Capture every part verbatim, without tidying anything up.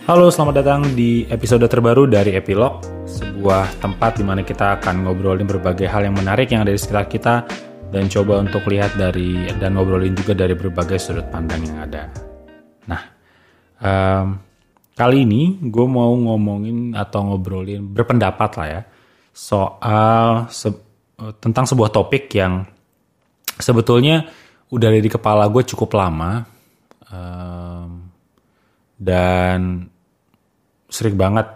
Halo, selamat datang di episode terbaru dari Epilog, sebuah tempat di mana kita akan ngobrolin berbagai hal yang menarik yang ada di sekitar kita dan coba untuk lihat dari dan ngobrolin juga dari berbagai sudut pandang yang ada. Nah, um, kali ini gue mau ngomongin atau ngobrolin berpendapat lah ya soal se- tentang sebuah topik yang sebetulnya udah ada di kepala gue cukup lama um, dan sering banget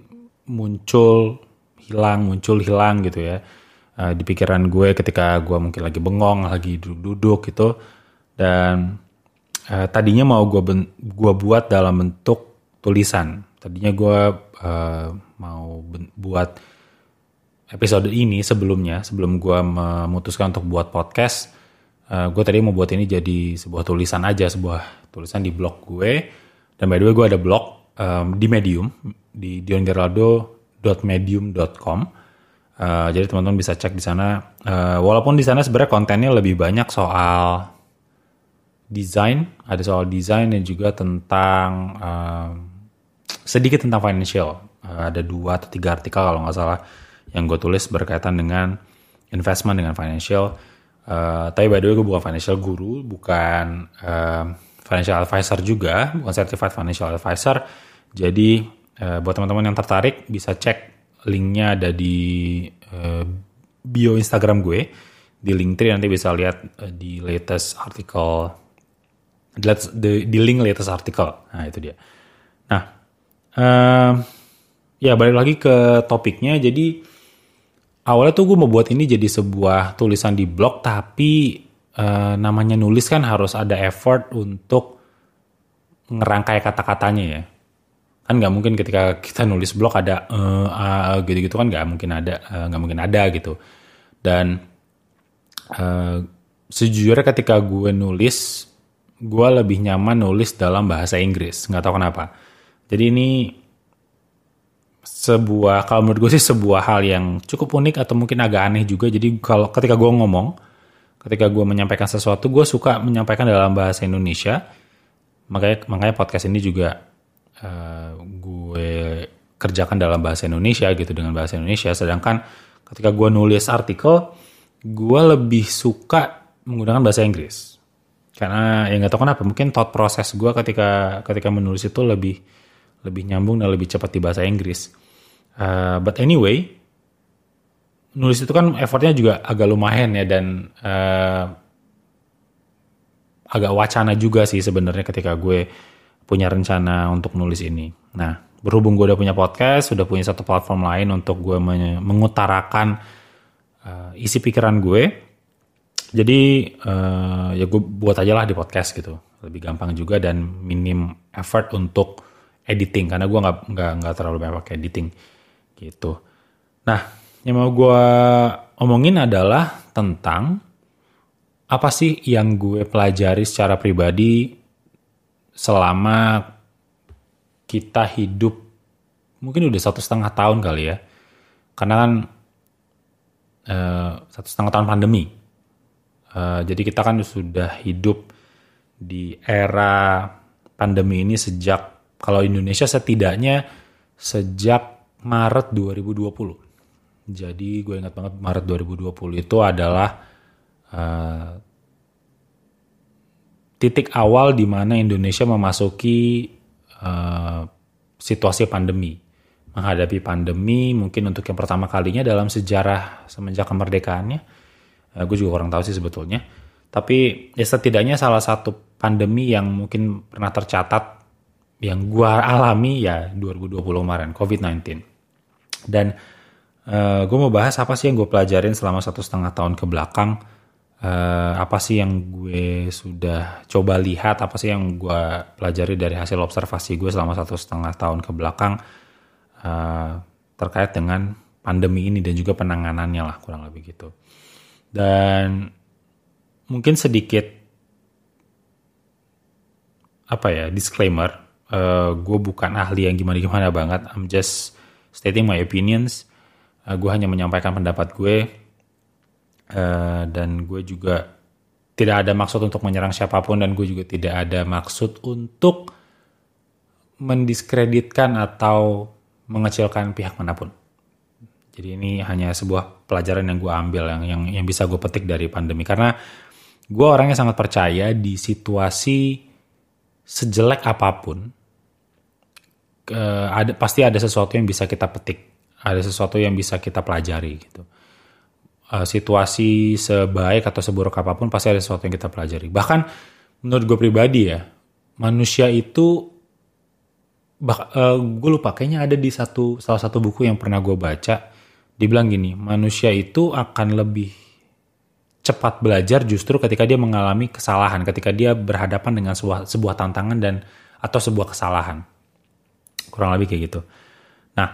muncul hilang muncul hilang gitu ya uh, di pikiran gue ketika gue mungkin lagi bengong, lagi duduk-duduk gitu. Dan uh, tadinya mau gue ben- gue buat dalam bentuk tulisan. Tadinya gue uh, mau ben- buat episode ini sebelumnya, sebelum gue memutuskan untuk buat podcast, uh, gue tadi mau buat ini jadi sebuah tulisan aja, sebuah tulisan di blog gue. Dan by the way gue ada blog Um, di Medium, di dion geraldo dot medium dot com. Uh, jadi teman-teman bisa cek di sana. Uh, walaupun di sana sebenarnya kontennya lebih banyak soal desain, ada soal desain dan juga tentang um, sedikit tentang financial. Uh, ada dua atau tiga artikel kalau nggak salah yang gue tulis berkaitan dengan investment, dengan financial. Uh, tapi by the way gue bukan financial guru, bukan uh, financial advisor juga, bukan certified financial advisor. Jadi uh, buat teman-teman yang tertarik bisa cek linknya ada di uh, bio Instagram gue, di Linktree nanti bisa lihat uh, di latest article, di, di link latest article. Nah itu dia. Nah uh, ya balik lagi ke topiknya. Jadi awalnya tuh gue mau buat ini jadi sebuah tulisan di blog, tapi uh, namanya nulis kan harus ada effort untuk ngerangkai kata-katanya ya. Kan nggak mungkin ketika kita nulis blog ada uh, uh, gitu-gitu kan nggak mungkin ada uh, nggak mungkin ada gitu. Dan uh, sejujurnya ketika gue nulis, gue lebih nyaman nulis dalam bahasa Inggris, nggak tahu kenapa. Jadi ini sebuah, kalau menurut gue sih sebuah hal yang cukup unik atau mungkin agak aneh juga. Jadi kalau ketika gue ngomong, ketika gue menyampaikan sesuatu, gue suka menyampaikan dalam bahasa Indonesia. Makanya makanya podcast ini juga Uh, gue kerjakan dalam bahasa Indonesia gitu, dengan bahasa Indonesia. Sedangkan ketika gue nulis artikel, gue lebih suka menggunakan bahasa Inggris karena ya nggak tahu kenapa, mungkin thought process gue ketika ketika menulis itu lebih lebih nyambung dan lebih cepat di bahasa Inggris. Uh, but anyway, nulis itu kan effortnya juga agak lumayan ya, dan uh, agak wacana juga sih sebenarnya ketika gue punya rencana untuk nulis ini. Nah, berhubung gue udah punya podcast, sudah punya satu platform lain untuk gue mengutarakan uh, isi pikiran gue. Jadi uh, ya gue buat aja lah di podcast gitu, lebih gampang juga dan minim effort untuk editing karena gue nggak nggak nggak terlalu banyak pakai editing gitu. Nah, yang mau gue omongin adalah tentang apa sih yang gue pelajari secara pribadi selama kita hidup, mungkin udah satu setengah tahun kali ya, karena kan uh, satu setengah tahun pandemi. Uh, jadi kita kan sudah hidup di era pandemi ini sejak, kalau Indonesia setidaknya sejak Maret dua ribu dua puluh. Jadi gue ingat banget Maret dua ribu dua puluh itu adalah uh, titik awal di mana Indonesia memasuki uh, situasi pandemi, menghadapi pandemi mungkin untuk yang pertama kalinya dalam sejarah semenjak kemerdekaannya. Uh, gue juga kurang tahu sih sebetulnya, tapi ya setidaknya salah satu pandemi yang mungkin pernah tercatat yang gue alami ya dua ribu dua puluh kemarin, covid sembilan belas. Dan uh, gue mau bahas apa sih yang gue pelajarin selama satu setengah tahun ke belakang. Uh, apa sih yang gue sudah coba lihat, apa sih yang gue pelajari dari hasil observasi gue selama satu setengah tahun ke belakang uh, terkait dengan pandemi ini dan juga penanganannya lah, kurang lebih gitu. Dan mungkin sedikit apa ya, disclaimer, uh, gue bukan ahli yang gimana-gimana banget, I'm just stating my opinions. Uh, gue hanya menyampaikan pendapat gue. Uh, dan gue juga tidak ada maksud untuk menyerang siapapun, dan gue juga tidak ada maksud untuk mendiskreditkan atau mengecilkan pihak manapun. Jadi ini hanya sebuah pelajaran yang gue ambil, yang yang, yang bisa gue petik dari pandemi. Karena gue orangnya sangat percaya di situasi sejelek apapun, uh, ada pasti ada sesuatu yang bisa kita petik, ada sesuatu yang bisa kita pelajari gitu. Uh, situasi sebaik atau seburuk apapun pasti ada sesuatu yang kita pelajari. Bahkan menurut gue pribadi ya, manusia itu, bah, uh, gue lupa kayaknya ada di satu salah satu buku yang pernah gue baca, dibilang gini, manusia itu akan lebih cepat belajar justru ketika dia mengalami kesalahan, ketika dia berhadapan dengan sebuah, sebuah tantangan dan atau sebuah kesalahan. Kurang lebih kayak gitu. Nah,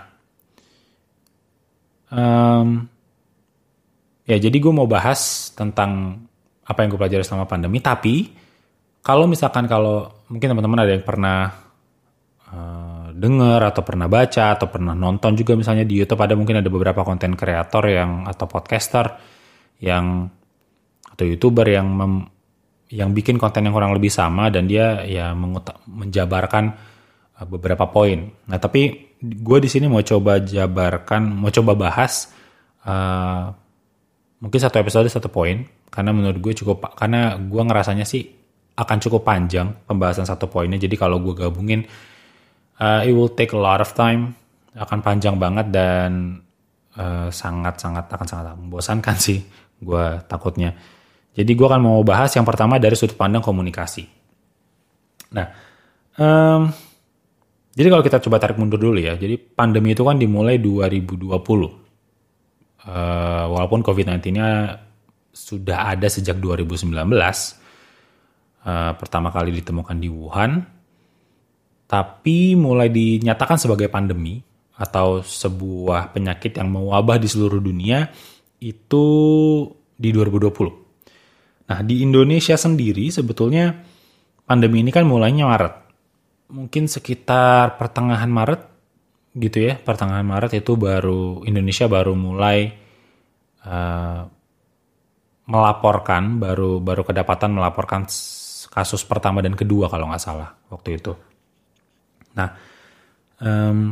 um, ya jadi gue mau bahas tentang apa yang gue pelajari selama pandemi. Tapi kalau misalkan kalau mungkin teman-teman ada yang pernah uh, dengar atau pernah baca atau pernah nonton juga misalnya di YouTube, ada mungkin ada beberapa konten kreator yang atau podcaster yang atau YouTuber yang mem, yang bikin konten yang kurang lebih sama dan dia ya mengutak, menjabarkan uh, beberapa poin. Nah, tapi gue di sini mau coba jabarkan, mau coba bahas uh, mungkin satu episode satu poin, karena menurut gue cukup, karena gue ngerasanya sih akan cukup panjang pembahasan satu poinnya. Jadi kalau gue gabungin, uh, it will take a lot of time, akan panjang banget dan uh, sangat-sangat akan sangat membosankan sih gue takutnya. Jadi gue akan mau bahas yang pertama dari sudut pandang komunikasi. Nah, um, jadi kalau kita coba tarik mundur dulu ya. Jadi pandemi itu kan dimulai dua ribu dua puluh. Uh, walaupun covid sembilan belas-nya sudah ada sejak dua ribu sembilan belas. Uh, pertama kali ditemukan di Wuhan. Tapi mulai dinyatakan sebagai pandemi atau sebuah penyakit yang mewabah di seluruh dunia itu di dua ribu dua puluh. Nah, di Indonesia sendiri sebetulnya pandemi ini kan mulainya Maret. Mungkin sekitar pertengahan Maret gitu ya. Pertengahan Maret itu baru Indonesia baru mulai uh, melaporkan, baru baru kedapatan melaporkan kasus pertama dan kedua kalau nggak salah waktu itu. Nah, um,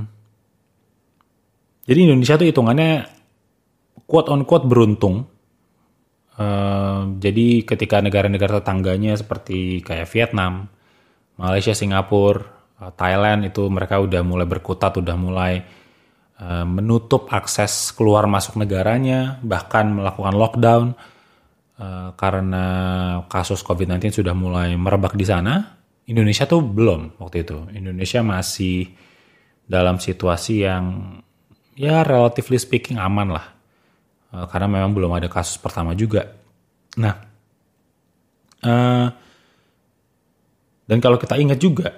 jadi Indonesia tuh hitungannya quote on quote beruntung. Uh, jadi ketika negara-negara tetangganya seperti kayak Vietnam, Malaysia, Singapura, uh, Thailand itu mereka udah mulai berkutat, udah mulai uh, menutup akses keluar masuk negaranya, bahkan melakukan lockdown uh, karena kasus covid sembilan belas sudah mulai merebak di sana. Indonesia tuh belum waktu itu. Indonesia masih dalam situasi yang ya relatively speaking aman lah. Karena memang belum ada kasus pertama juga. Nah, uh, dan kalau kita ingat juga,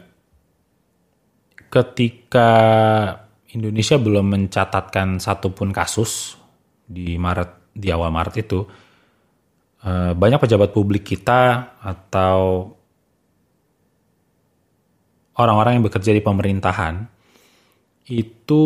ketika Indonesia belum mencatatkan satupun kasus di Maret, di awal Maret itu, uh, banyak pejabat publik kita atau orang-orang yang bekerja di pemerintahan itu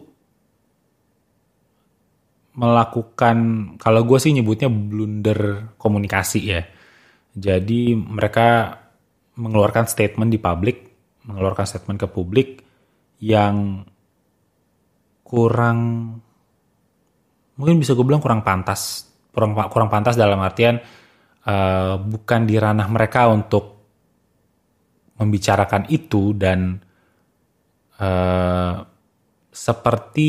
melakukan, kalau gue sih nyebutnya blunder komunikasi ya. Jadi mereka mengeluarkan statement di publik, mengeluarkan statement ke publik yang kurang, mungkin bisa gue bilang kurang pantas, kurang kurang pantas dalam artian uh, bukan di ranah mereka untuk membicarakan itu dan uh, seperti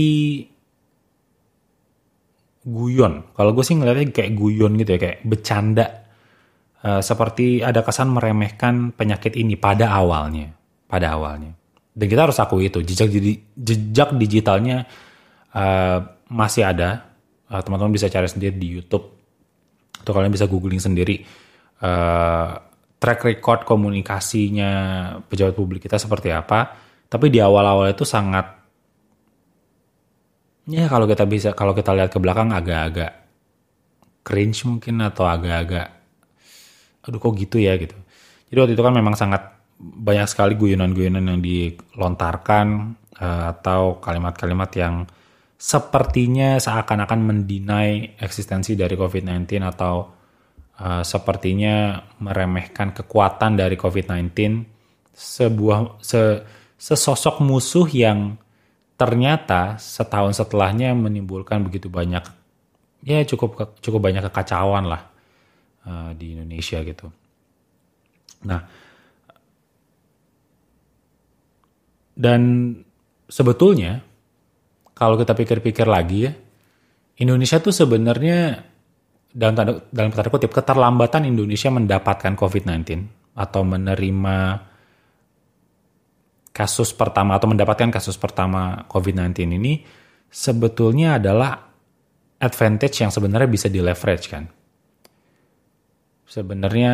guyon. Kalau gue sih ngeliatnya kayak guyon gitu ya, kayak bercanda. Uh, seperti ada kesan meremehkan penyakit ini pada awalnya. Pada awalnya. Dan kita harus akui itu. Jejak, jejak digitalnya uh, masih ada. Uh, teman-teman bisa cari sendiri di YouTube. Atau kalian bisa googling sendiri. Uh, track record komunikasinya pejabat publik kita seperti apa. Tapi di awal-awal itu sangat, ya kalau kita bisa, kalau kita lihat ke belakang agak-agak cringe mungkin atau agak-agak aduh kok gitu ya gitu. Jadi waktu itu kan memang sangat banyak sekali guyonan-guyonan yang dilontarkan uh, atau kalimat-kalimat yang sepertinya seakan-akan mendinai eksistensi dari covid sembilan belas atau uh, sepertinya meremehkan kekuatan dari covid sembilan belas. Sebuah se, sesosok musuh yang ternyata setahun setelahnya menimbulkan begitu banyak, ya cukup cukup banyak kekacauan lah uh, di Indonesia gitu. Nah, dan sebetulnya kalau kita pikir-pikir lagi ya, Indonesia tuh sebenarnya dalam tanda, dalam tanda kutip keterlambatan Indonesia mendapatkan covid sembilan belas atau menerima kasus pertama atau mendapatkan kasus pertama covid sembilan belas ini sebetulnya adalah advantage yang sebenarnya bisa di leverage kan. Sebenarnya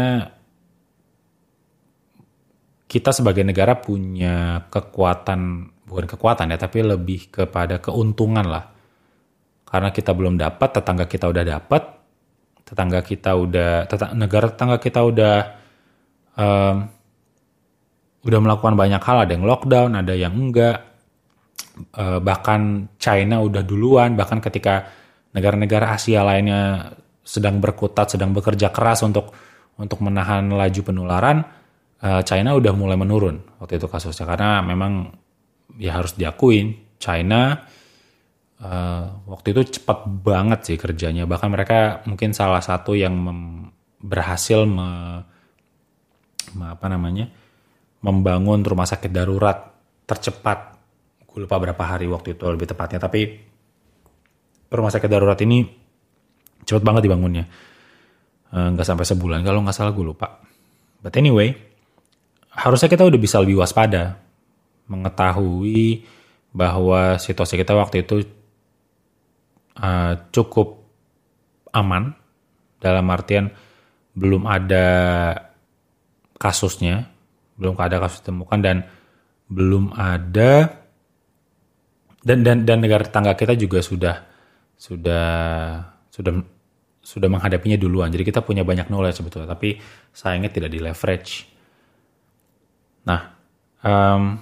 kita sebagai negara punya kekuatan, bukan kekuatan ya, tapi lebih kepada keuntungan lah. Karena kita belum dapat, tetangga kita udah dapat, tetangga kita udah, tetang, negara tetangga kita udah um, udah melakukan banyak hal, ada yang lockdown, ada yang enggak, uh, bahkan China udah duluan, bahkan ketika negara-negara Asia lainnya sedang berkutat, sedang bekerja keras untuk untuk menahan laju penularan, uh, China udah mulai menurun waktu itu kasusnya, karena memang ya harus diakuin China Uh, waktu itu cepat banget sih kerjanya. Bahkan mereka mungkin salah satu yang mem- berhasil me, me, apa namanya membangun rumah sakit darurat tercepat. Gue lupa berapa hari waktu itu lebih tepatnya. Tapi rumah sakit darurat ini cepat banget dibangunnya. Uh, nggak sampai sebulan kalau nggak salah, gue lupa. But anyway, harusnya kita udah bisa lebih waspada, mengetahui bahwa situasi kita waktu itu Uh, cukup aman, dalam artian belum ada kasusnya, belum ada kasus ditemukan, dan belum ada dan dan dan negara tetangga kita juga sudah sudah sudah sudah menghadapinya duluan. Jadi kita punya banyak knowledge sebetulnya, tapi sayangnya tidak di leverage. Nah, um,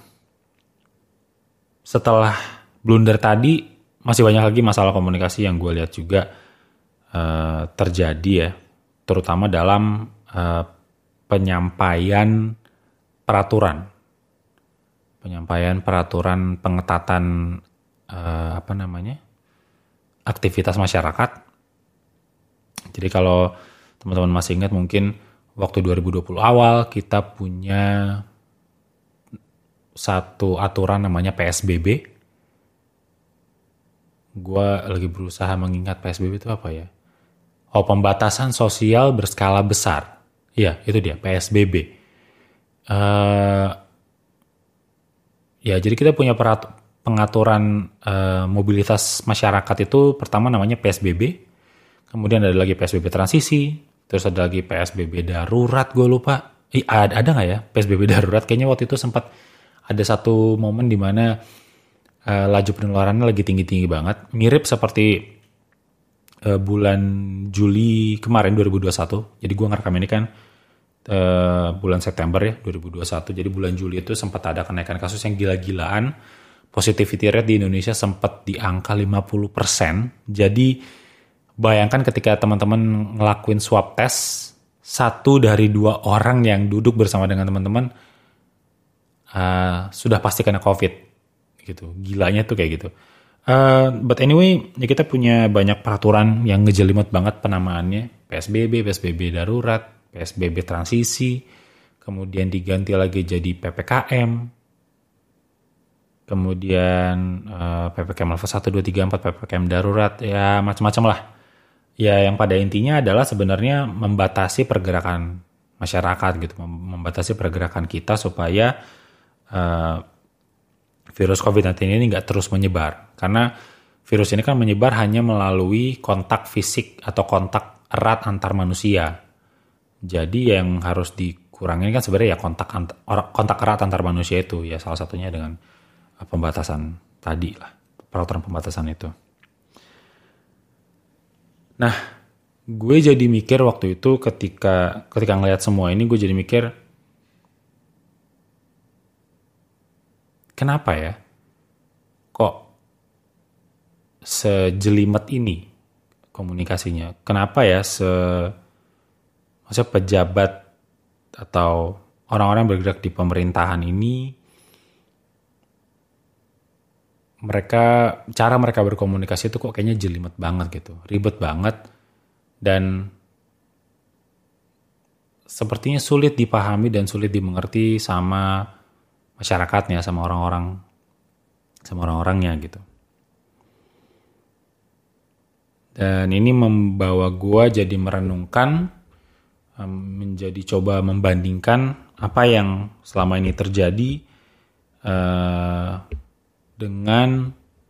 setelah blunder tadi, masih banyak lagi masalah komunikasi yang gue lihat juga uh, terjadi ya, terutama dalam uh, penyampaian peraturan, penyampaian peraturan pengetatan uh, apa namanya aktivitas masyarakat. Jadi kalau teman-teman masih ingat mungkin waktu dua ribu dua puluh awal kita punya satu aturan namanya P S B B. Gue lagi berusaha mengingat P S B B itu apa ya? Oh, pembatasan sosial berskala besar. Iya, itu dia, P S B B. Uh, ya, jadi kita punya perat- pengaturan uh, mobilitas masyarakat itu pertama namanya P S B B. Kemudian ada lagi P S B B transisi. Terus ada lagi P S B B darurat, gue lupa. Eh, ada, ada gak ya P S B B darurat? Kayaknya waktu itu sempat ada satu momen di mana Uh, laju penularannya lagi tinggi-tinggi banget, mirip seperti uh, bulan Juli kemarin dua ribu dua puluh satu. Jadi gue ngerekam ini kan uh, bulan September ya dua ribu dua puluh satu. Jadi bulan Juli itu sempat ada kenaikan kasus yang gila-gilaan. Positivity rate di Indonesia sempat di angka lima puluh persen. Jadi bayangkan ketika teman-teman ngelakuin swab test, satu dari dua orang yang duduk bersama dengan teman-teman uh, sudah pasti kena COVID. Gitu, gilanya tuh kayak gitu. Uh, but anyway, ya kita punya banyak peraturan yang ngejelimet banget penamaannya. P S B B, P S B B darurat, P S B B transisi, kemudian diganti lagi jadi P P K M, kemudian uh, P P K M level satu, dua, tiga, empat, P P K M darurat, ya macam-macam lah. Ya yang pada intinya adalah sebenarnya membatasi pergerakan masyarakat gitu, membatasi pergerakan kita supaya uh, virus covid sembilan belas ini nggak terus menyebar. Karena virus ini kan menyebar hanya melalui kontak fisik atau kontak erat antar manusia. Jadi yang harus dikurangin kan sebenarnya ya kontak kontak erat antar manusia itu. Ya salah satunya dengan pembatasan tadi lah, peraturan pembatasan itu. Nah, gue jadi mikir waktu itu ketika ketika ngeliat semua ini, gue jadi mikir, kenapa ya kok sejelimet ini komunikasinya? Kenapa ya se maksudnya pejabat atau orang-orang yang bergerak di pemerintahan ini mereka cara mereka berkomunikasi itu kok kayaknya jelimet banget gitu, ribet banget, dan sepertinya sulit dipahami dan sulit dimengerti sama masyarakatnya, sama orang-orang, sama orang-orangnya gitu. Dan ini membawa gue jadi merenungkan, menjadi coba membandingkan apa yang selama ini terjadi uh, dengan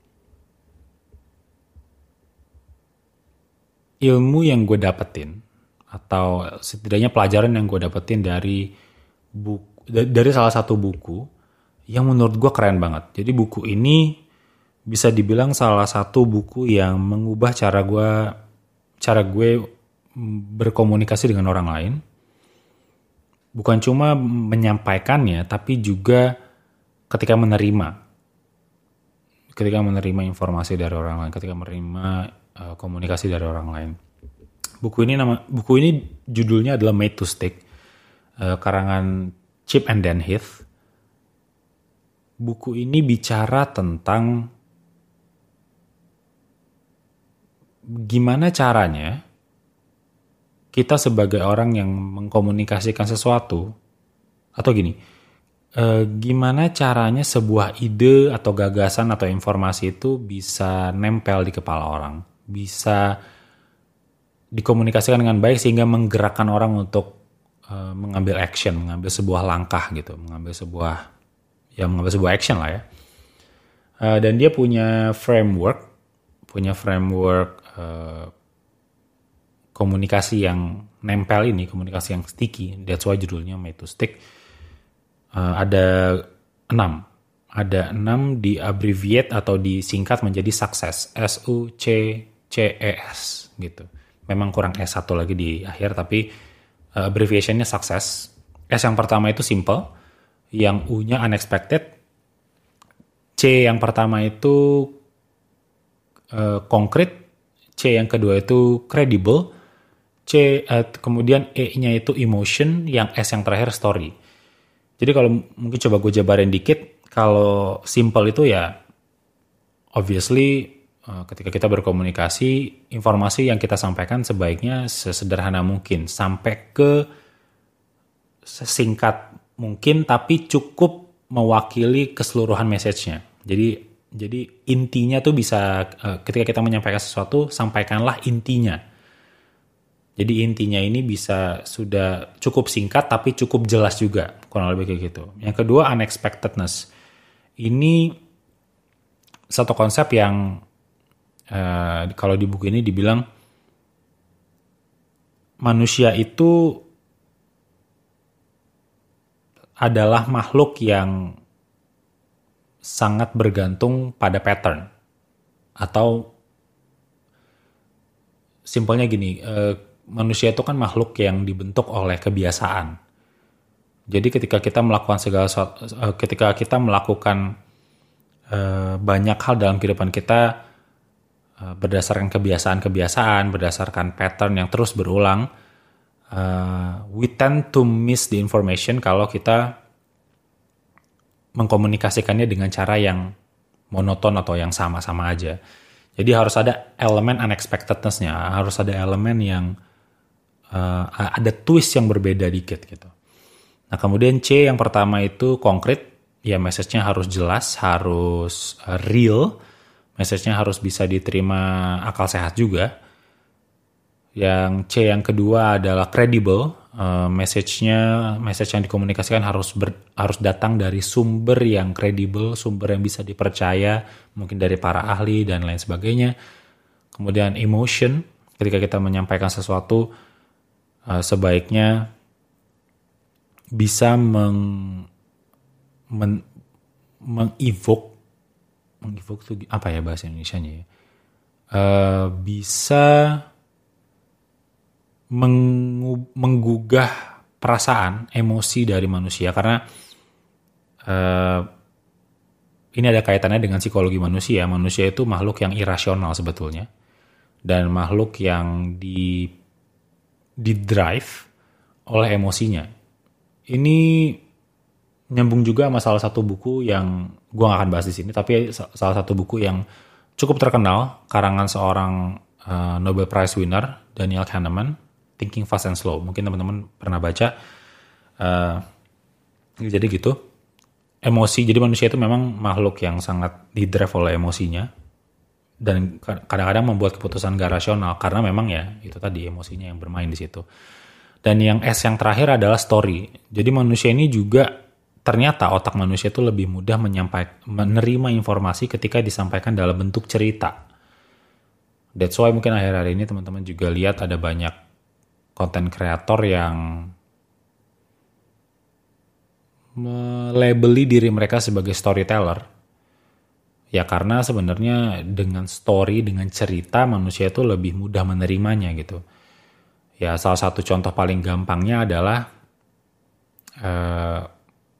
ilmu yang gue dapetin, atau setidaknya pelajaran yang gue dapetin dari buku, dari salah satu buku yang menurut gue keren banget. Jadi buku ini bisa dibilang salah satu buku yang mengubah cara gue cara gue berkomunikasi dengan orang lain. Bukan cuma menyampaikannya, tapi juga ketika menerima. Ketika menerima informasi dari orang lain, ketika menerima uh, komunikasi dari orang lain. Buku ini nama buku ini judulnya adalah Made to Stick, uh, karangan Chip and Dan Heath. Buku ini bicara tentang gimana caranya kita sebagai orang yang mengkomunikasikan sesuatu, atau gini, eh, gimana caranya sebuah ide atau gagasan atau informasi itu bisa nempel di kepala orang, bisa dikomunikasikan dengan baik sehingga menggerakkan orang untuk eh, mengambil action, mengambil sebuah langkah gitu, mengambil sebuah, ya mengambil sebuah action lah ya. Eh, dan dia punya framework, punya framework eh, komunikasi yang nempel ini, komunikasi yang sticky, that's why judulnya Made to Stick. Uh, ada enam, ada enam di abbreviate atau disingkat menjadi success, S U C C E S gitu. Memang kurang S satu lagi di akhir, tapi uh, abbreviationnya success. S yang pertama itu simple, yang U-nya unexpected, C yang pertama itu uh, concrete, C yang kedua itu credible, C uh, kemudian E-nya itu emotion, yang S yang terakhir story. Jadi kalau mungkin coba gue jabarin dikit, kalau simple itu ya obviously uh, ketika kita berkomunikasi, informasi yang kita sampaikan sebaiknya sesederhana mungkin, sampai ke sesingkat mungkin tapi cukup mewakili keseluruhan message-nya. Jadi jadi intinya tuh bisa uh, ketika kita menyampaikan sesuatu, sampaikanlah intinya. Jadi intinya ini bisa sudah cukup singkat tapi cukup jelas juga, kurang lebih kayak gitu. Yang kedua, unexpectedness. Ini satu konsep yang uh, kalau di buku ini dibilang manusia itu adalah makhluk yang sangat bergantung pada pattern. Atau simpelnya gini, uh, manusia itu kan makhluk yang dibentuk oleh kebiasaan. Jadi ketika kita melakukan segala ketika kita melakukan uh, banyak hal dalam kehidupan kita uh, berdasarkan kebiasaan-kebiasaan, berdasarkan pattern yang terus berulang, uh, we tend to miss the information kalau kita mengkomunikasikannya dengan cara yang monoton atau yang sama-sama aja. Jadi harus ada elemen unexpectedness-nya, harus ada elemen yang Uh, ada twist yang berbeda dikit gitu. Nah kemudian C yang pertama itu konkret, ya message-nya harus jelas, harus uh, real, message-nya harus bisa diterima akal sehat juga. Yang C yang kedua adalah credible, uh, message-nya, message yang dikomunikasikan harus ber, harus datang dari sumber yang kredibel, sumber yang bisa dipercaya, mungkin dari para ahli dan lain sebagainya. Kemudian emotion, ketika kita menyampaikan sesuatu, Uh, sebaiknya bisa meng, men, mengevoke, mengevoke itu apa ya bahasa Indonesianya ya? Uh, bisa mengu, menggugah perasaan, emosi dari manusia, karena uh, ini ada kaitannya dengan psikologi manusia. Manusia itu makhluk yang irasional sebetulnya, dan makhluk yang di di drive oleh emosinya. Ini nyambung juga sama salah satu buku yang gue gak akan bahas di sini, tapi salah satu buku yang cukup terkenal karangan seorang uh, Nobel Prize winner Daniel Kahneman, Thinking Fast and Slow. Mungkin teman-teman pernah baca. Uh, jadi gitu, emosi. Jadi manusia itu memang makhluk yang sangat didrive oleh emosinya dan kadang-kadang membuat keputusan gak rasional karena memang ya itu tadi emosinya yang bermain di situ. Dan yang S yang terakhir adalah story. Jadi manusia ini juga ternyata otak manusia itu lebih mudah menyampaikan, menerima informasi ketika disampaikan dalam bentuk cerita. That's why mungkin akhir-akhir ini teman-teman juga lihat ada banyak konten kreator yang melabeli diri mereka sebagai storyteller. Ya karena sebenarnya dengan story, dengan cerita manusia itu lebih mudah menerimanya gitu. Ya salah satu contoh paling gampangnya adalah uh,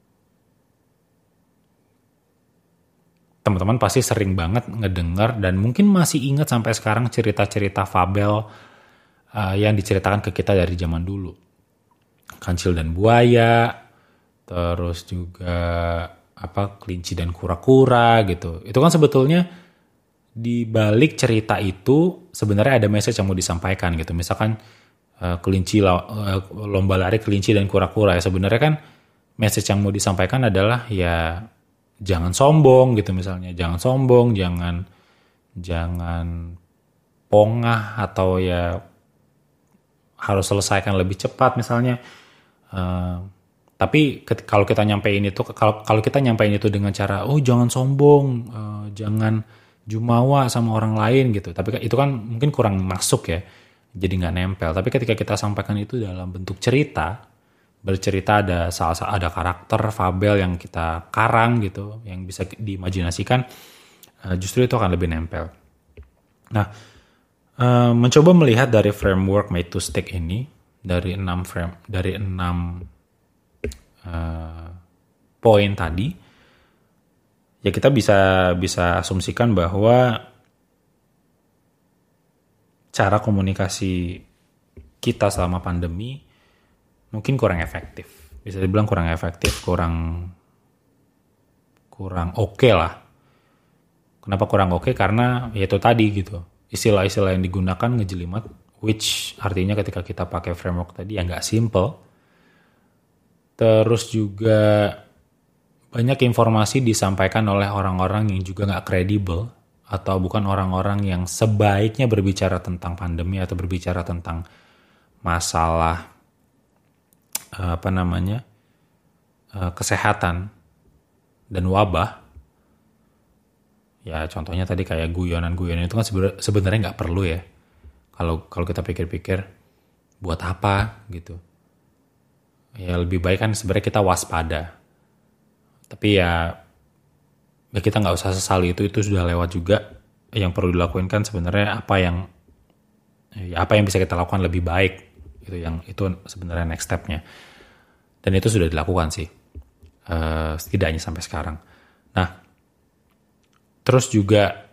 teman-teman pasti sering banget ngedengar dan mungkin masih ingat sampai sekarang cerita-cerita fabel uh, yang diceritakan ke kita dari zaman dulu. Kancil dan buaya, terus juga apa kelinci dan kura-kura gitu. Itu kan sebetulnya di balik cerita itu sebenarnya ada message yang mau disampaikan gitu. Misalkan uh, kelinci uh, lomba lari kelinci dan kura-kura ya sebenarnya kan message yang mau disampaikan adalah ya jangan sombong gitu misalnya, jangan sombong, jangan jangan pongah atau ya harus selesaikan lebih cepat misalnya. Uh, tapi ket, kalau kita nyampein itu, kalau kalau kita nyampein itu dengan cara oh jangan sombong, uh, jangan jumawa sama orang lain gitu. Tapi itu kan mungkin kurang masuk ya, jadi nggak nempel. Tapi ketika kita sampaikan itu dalam bentuk cerita. Bercerita ada salah ada karakter fabel yang kita karang gitu, yang bisa diimajinasikan, justru itu akan lebih nempel. Nah, mencoba melihat dari framework made to stick ini dari enam frame dari enam uh, poin tadi, ya kita bisa bisa asumsikan bahwa cara komunikasi kita selama pandemi mungkin kurang efektif, bisa dibilang kurang efektif, kurang kurang oke okay lah. Kenapa kurang oke? Okay? Karena ya itu tadi gitu, istilah-istilah yang digunakan ngejelimet, which artinya ketika kita pakai framework tadi ya nggak simple. Terus juga banyak informasi disampaikan oleh orang-orang yang juga nggak kredibel atau bukan orang-orang yang sebaiknya berbicara tentang pandemi atau berbicara tentang masalah apa namanya kesehatan dan wabah. Ya contohnya tadi kayak guyonan-guyonan itu kan sebenarnya nggak perlu ya. Kalau kalau kita pikir-pikir buat apa gitu. Ya lebih baik kan sebenarnya kita waspada. Tapi ya, ya kita nggak usah sesali itu, itu sudah lewat juga. Yang perlu dilakukan kan sebenarnya apa yang ya apa yang bisa kita lakukan lebih baik. Itu yang itu sebenarnya next step-nya. Dan itu sudah dilakukan sih. Uh, setidaknya sampai sekarang. Nah, terus juga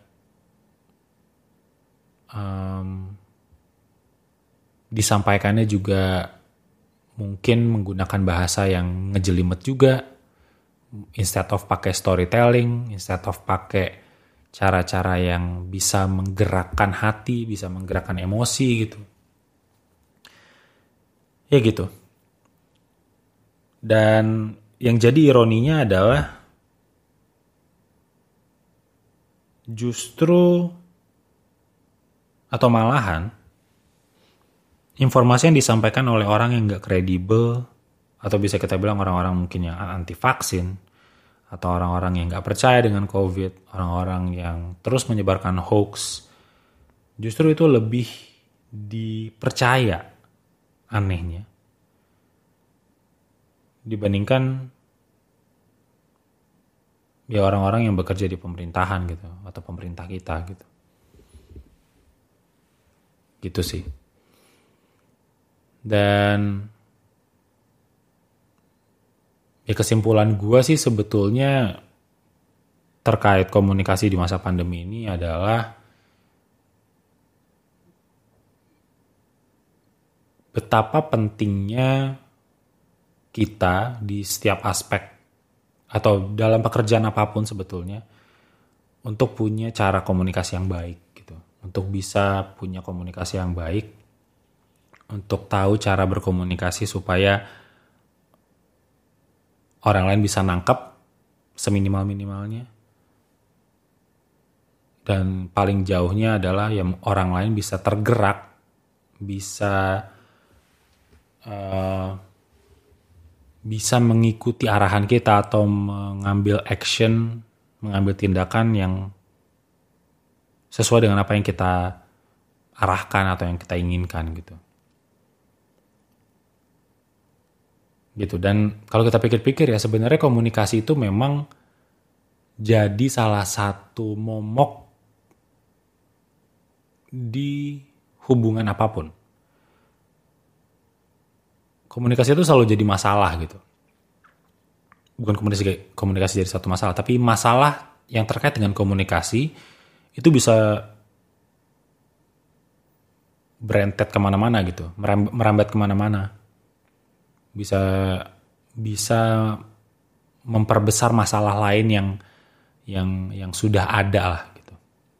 um, disampaikannya juga mungkin menggunakan bahasa yang ngejelimet juga. Instead of pakai storytelling, instead of pakai cara-cara yang bisa menggerakkan hati, bisa menggerakkan emosi gitu. Ya gitu. Dan yang jadi ironinya adalah justru atau malahan informasi yang disampaikan oleh orang yang gak kredibel atau bisa kita bilang orang-orang mungkin yang anti vaksin atau orang-orang yang gak percaya dengan COVID, orang-orang yang terus menyebarkan hoax, justru itu lebih dipercaya anehnya dibandingkan ya orang-orang yang bekerja di pemerintahan gitu atau pemerintah kita gitu. Gitu sih. Dan ya kesimpulan gue sih sebetulnya terkait komunikasi di masa pandemi ini adalah betapa pentingnya kita di setiap aspek atau dalam pekerjaan apapun sebetulnya, untuk punya cara komunikasi yang baik gitu. Untuk bisa punya komunikasi yang baik, untuk tahu cara berkomunikasi supaya orang lain bisa nangkep seminimal-minimalnya. Dan paling jauhnya adalah yang orang lain bisa tergerak, bisa uh, bisa mengikuti arahan kita atau mengambil action, mengambil tindakan yang sesuai dengan apa yang kita arahkan atau yang kita inginkan gitu. Gitu. Dan kalau kita pikir-pikir ya, sebenarnya komunikasi itu memang jadi salah satu momok di hubungan apapun. Komunikasi itu selalu jadi masalah gitu. Bukan komunikasi komunikasi jadi satu masalah, tapi masalah yang terkait dengan komunikasi itu bisa berentet kemana-mana gitu, merambat kemana-mana. Bisa bisa memperbesar masalah lain yang yang yang sudah ada lah gitu.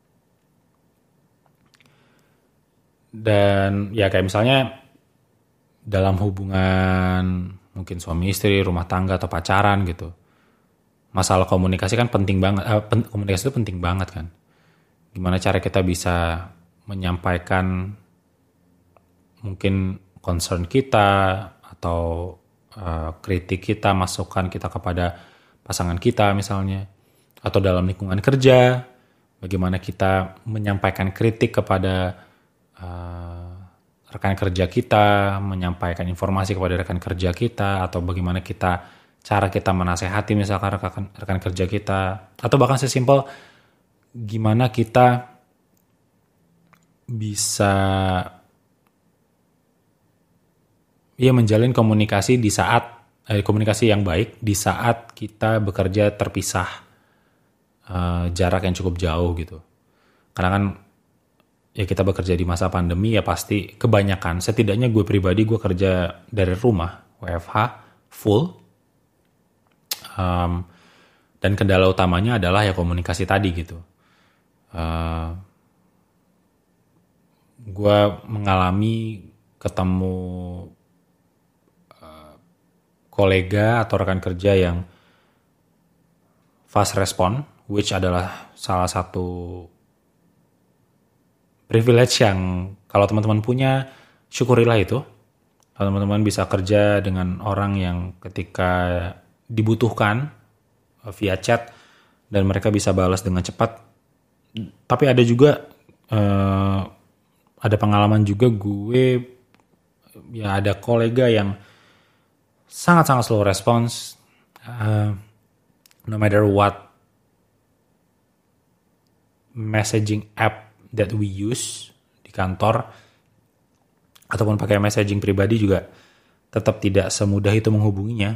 Dan ya kayak misalnya dalam hubungan mungkin suami istri, rumah tangga atau pacaran gitu. Masalah komunikasi kan penting banget, eh, pen, komunikasi itu penting banget kan. Gimana cara kita bisa menyampaikan mungkin concern kita atau uh, kritik kita, masukan kita kepada pasangan kita misalnya, atau dalam lingkungan kerja, bagaimana kita menyampaikan kritik kepada uh, rekan kerja kita, menyampaikan informasi kepada rekan kerja kita, atau bagaimana kita cara kita menasehati misalkan rekan, rekan kerja kita, atau bahkan sesimpel gimana kita bisa ya menjalin komunikasi di saat eh, komunikasi yang baik di saat kita bekerja terpisah eh, jarak yang cukup jauh gitu. Karena kan ya kita bekerja di masa pandemi ya pasti kebanyakan, setidaknya gue pribadi gue kerja dari rumah W F H full, um, dan kendala utamanya adalah ya komunikasi tadi gitu. Uh, gue mengalami ketemu kolega atau rekan kerja yang fast respon, which adalah salah satu privilege yang kalau teman-teman punya, syukurilah itu. Kalau teman-teman bisa kerja dengan orang yang ketika dibutuhkan via chat dan mereka bisa balas dengan cepat. Tapi ada juga eh, ada pengalaman juga gue ya ada kolega yang sangat-sangat slow response, uh, no matter what messaging app that we use di kantor ataupun pakai messaging pribadi juga tetap tidak semudah itu menghubunginya.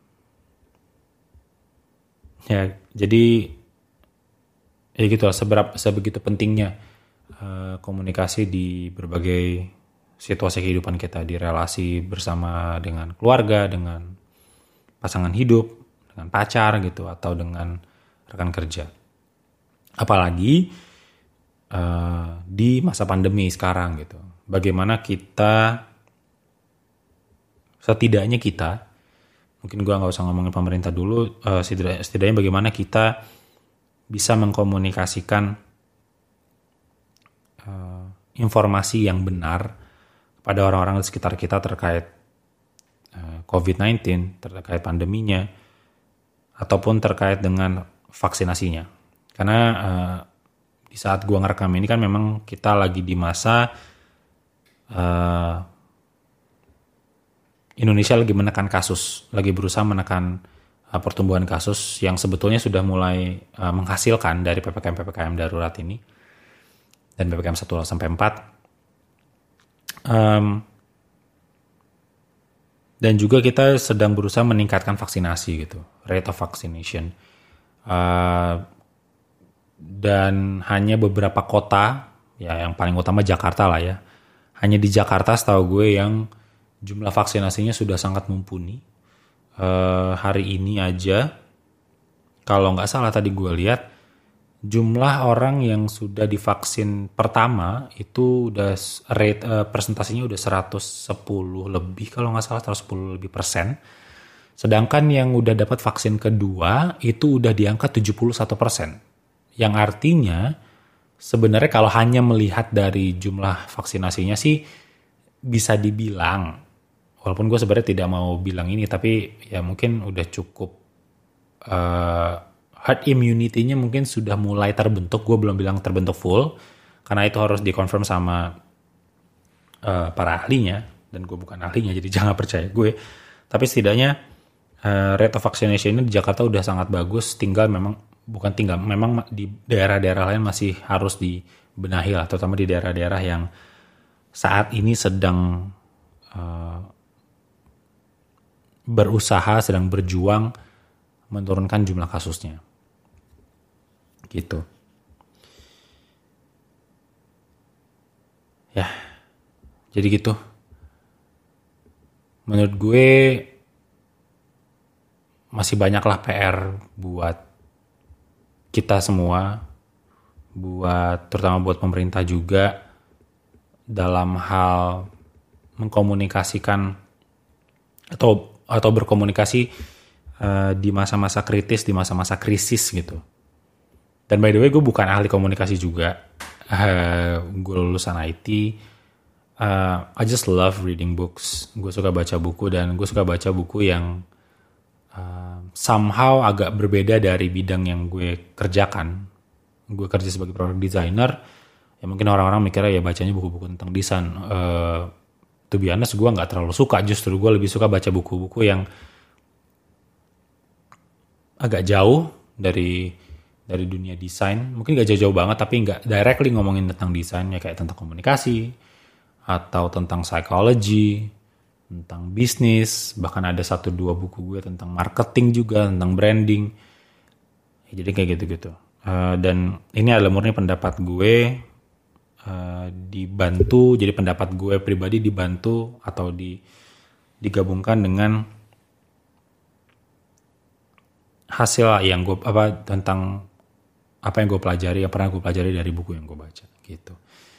Ya, jadi ya gitu lah, seberapa sebegitu pentingnya uh, komunikasi di berbagai situasi kehidupan kita, di relasi bersama dengan keluarga, dengan pasangan hidup, dengan pacar gitu, atau dengan rekan kerja. Apalagi uh, di masa pandemi sekarang gitu. Bagaimana kita, setidaknya kita, mungkin gue nggak usah ngomongin pemerintah dulu, uh, setidaknya, setidaknya bagaimana kita bisa mengkomunikasikan uh, informasi yang benar pada orang-orang di sekitar kita terkait uh, covid sembilan belas, terkait pandeminya, ataupun terkait dengan vaksinasinya. Karena uh, di saat gua ngerekam ini kan memang kita lagi di masa uh, Indonesia lagi menekan kasus, lagi berusaha menekan uh, pertumbuhan kasus yang sebetulnya sudah mulai uh, menghasilkan dari P P K M P P K M darurat ini dan P P K M satu sampai empat. Um, dan juga kita sedang berusaha meningkatkan vaksinasi gitu, rate of vaccination. Uh, dan hanya beberapa kota, ya yang paling utama Jakarta lah ya. Hanya di Jakarta setahu gue yang jumlah vaksinasinya sudah sangat mumpuni. Uh, hari ini aja kalau nggak salah tadi gue lihat jumlah orang yang sudah divaksin pertama itu udah rate uh, presentasinya udah seratus sepuluh lebih kalau nggak salah seratus sepuluh lebih persen. Sedangkan yang udah dapat vaksin kedua itu udah di angka tujuh puluh satu persen. Yang artinya sebenarnya kalau hanya melihat dari jumlah vaksinasinya sih bisa dibilang, walaupun gue sebenarnya tidak mau bilang ini, tapi ya mungkin udah cukup uh, herd immunity-nya mungkin sudah mulai terbentuk. Gue belum bilang terbentuk full, karena itu harus dikonfirm sama uh, para ahlinya, dan gue bukan ahlinya, jadi jangan percaya gue. Tapi setidaknya uh, rate of vaccination ini di Jakarta udah sangat bagus, tinggal memang, bukan tinggal, memang di daerah-daerah lain masih harus dibenahi lah, terutama di daerah-daerah yang saat ini sedang uh, berusaha, sedang berjuang menurunkan jumlah kasusnya. Gitu. Ya, jadi gitu. Menurut gue masih banyaklah P R buat kita semua, buat terutama buat pemerintah juga dalam hal mengkomunikasikan atau atau berkomunikasi uh, di masa-masa kritis, di masa-masa krisis gitu. Dan by the way, gue bukan ahli komunikasi juga. Uh, gue lulusan I T. Uh, I just love reading books. Gue suka baca buku, dan gue suka baca buku yang uh, somehow agak berbeda dari bidang yang gue kerjakan. Gue kerja sebagai product designer. Ya mungkin orang-orang mikirnya ya bacanya buku-buku tentang desain. Uh, to be honest, gue gak terlalu suka. Justru gue lebih suka baca buku-buku yang agak jauh dari dari dunia desain, mungkin gak jauh-jauh banget, tapi gak directly ngomongin tentang desain, ya kayak tentang komunikasi, atau tentang psychology, tentang bisnis, bahkan ada satu dua buku gue tentang marketing juga, tentang branding, ya, jadi kayak gitu-gitu. Uh, dan ini adalah murni pendapat gue, uh, dibantu, jadi pendapat gue pribadi dibantu atau di, digabungkan dengan hasil yang gue, apa, tentang apa yang gue pelajari, apa yang gue pelajari dari buku yang gue baca gitu.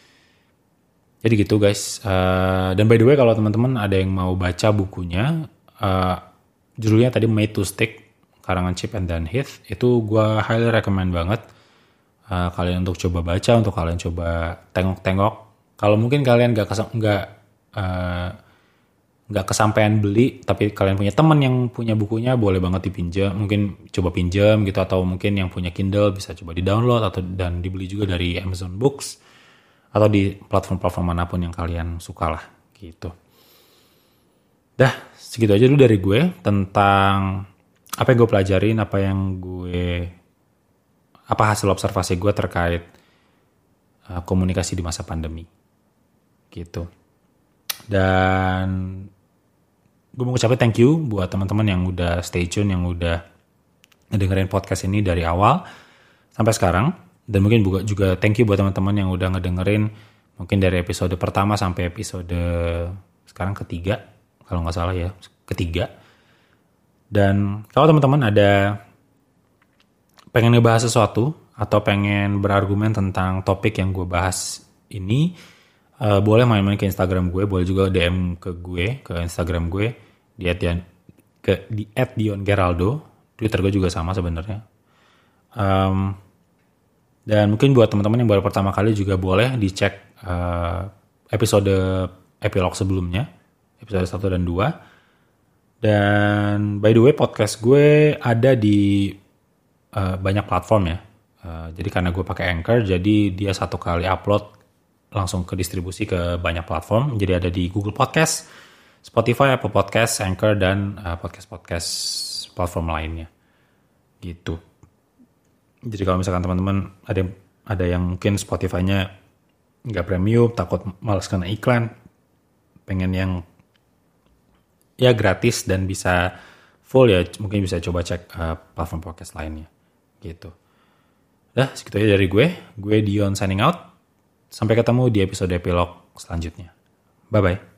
Jadi gitu guys. Uh, dan by the way, kalau teman-teman ada yang mau baca bukunya, uh, judulnya tadi Made to Stick, karangan Chip and Dan Heath, itu gue highly recommend banget uh, kalian untuk coba baca, untuk kalian coba tengok-tengok. Kalau mungkin kalian gak kesam, gak uh, nggak kesampaian beli, tapi kalian punya teman yang punya bukunya, boleh banget dipinjam, mungkin coba pinjam gitu, atau mungkin yang punya Kindle bisa coba di-download atau dan dibeli juga dari Amazon Books atau di platform-platform manapun yang kalian suka lah gitu. Dah, segitu aja dulu dari gue tentang apa yang gue pelajarin, apa yang gue apa hasil observasi gue terkait uh, komunikasi di masa pandemi gitu. Dan gue mau ngucapin thank you buat teman-teman yang udah stay tune, yang udah ngedengerin podcast ini dari awal sampai sekarang. Dan mungkin juga, juga thank you buat teman-teman yang udah ngedengerin mungkin dari episode pertama sampai episode sekarang ketiga, kalau nggak salah ya, ketiga. Dan kalau teman-teman ada pengen ngebahas sesuatu atau pengen berargumen tentang topik yang gue bahas ini, uh, boleh main-main ke Instagram gue, boleh juga D M ke gue, ke Instagram gue di at ke di at Dion Geraldo. Twitter gue juga sama sebenarnya. Um, dan mungkin buat teman-teman yang baru pertama kali juga boleh dicek uh, episode epilog sebelumnya, episode satu dan dua. Dan by the way, podcast gue ada di uh, banyak platform ya. Uh, jadi karena gue pakai Anchor, jadi dia satu kali upload langsung ke distribusi ke banyak platform. Jadi ada di Google Podcast, Spotify, Apple Podcast, Anchor, dan uh, podcast-podcast platform lainnya. Gitu. Jadi kalau misalkan teman-teman ada ada yang mungkin Spotify-nya nggak premium, takut malas kena iklan, pengen yang ya gratis dan bisa full, ya mungkin bisa coba cek uh, platform podcast lainnya. Gitu. Dah, segitu aja dari gue. Gue Dion signing out. Sampai ketemu di episode epilog selanjutnya. Bye-bye.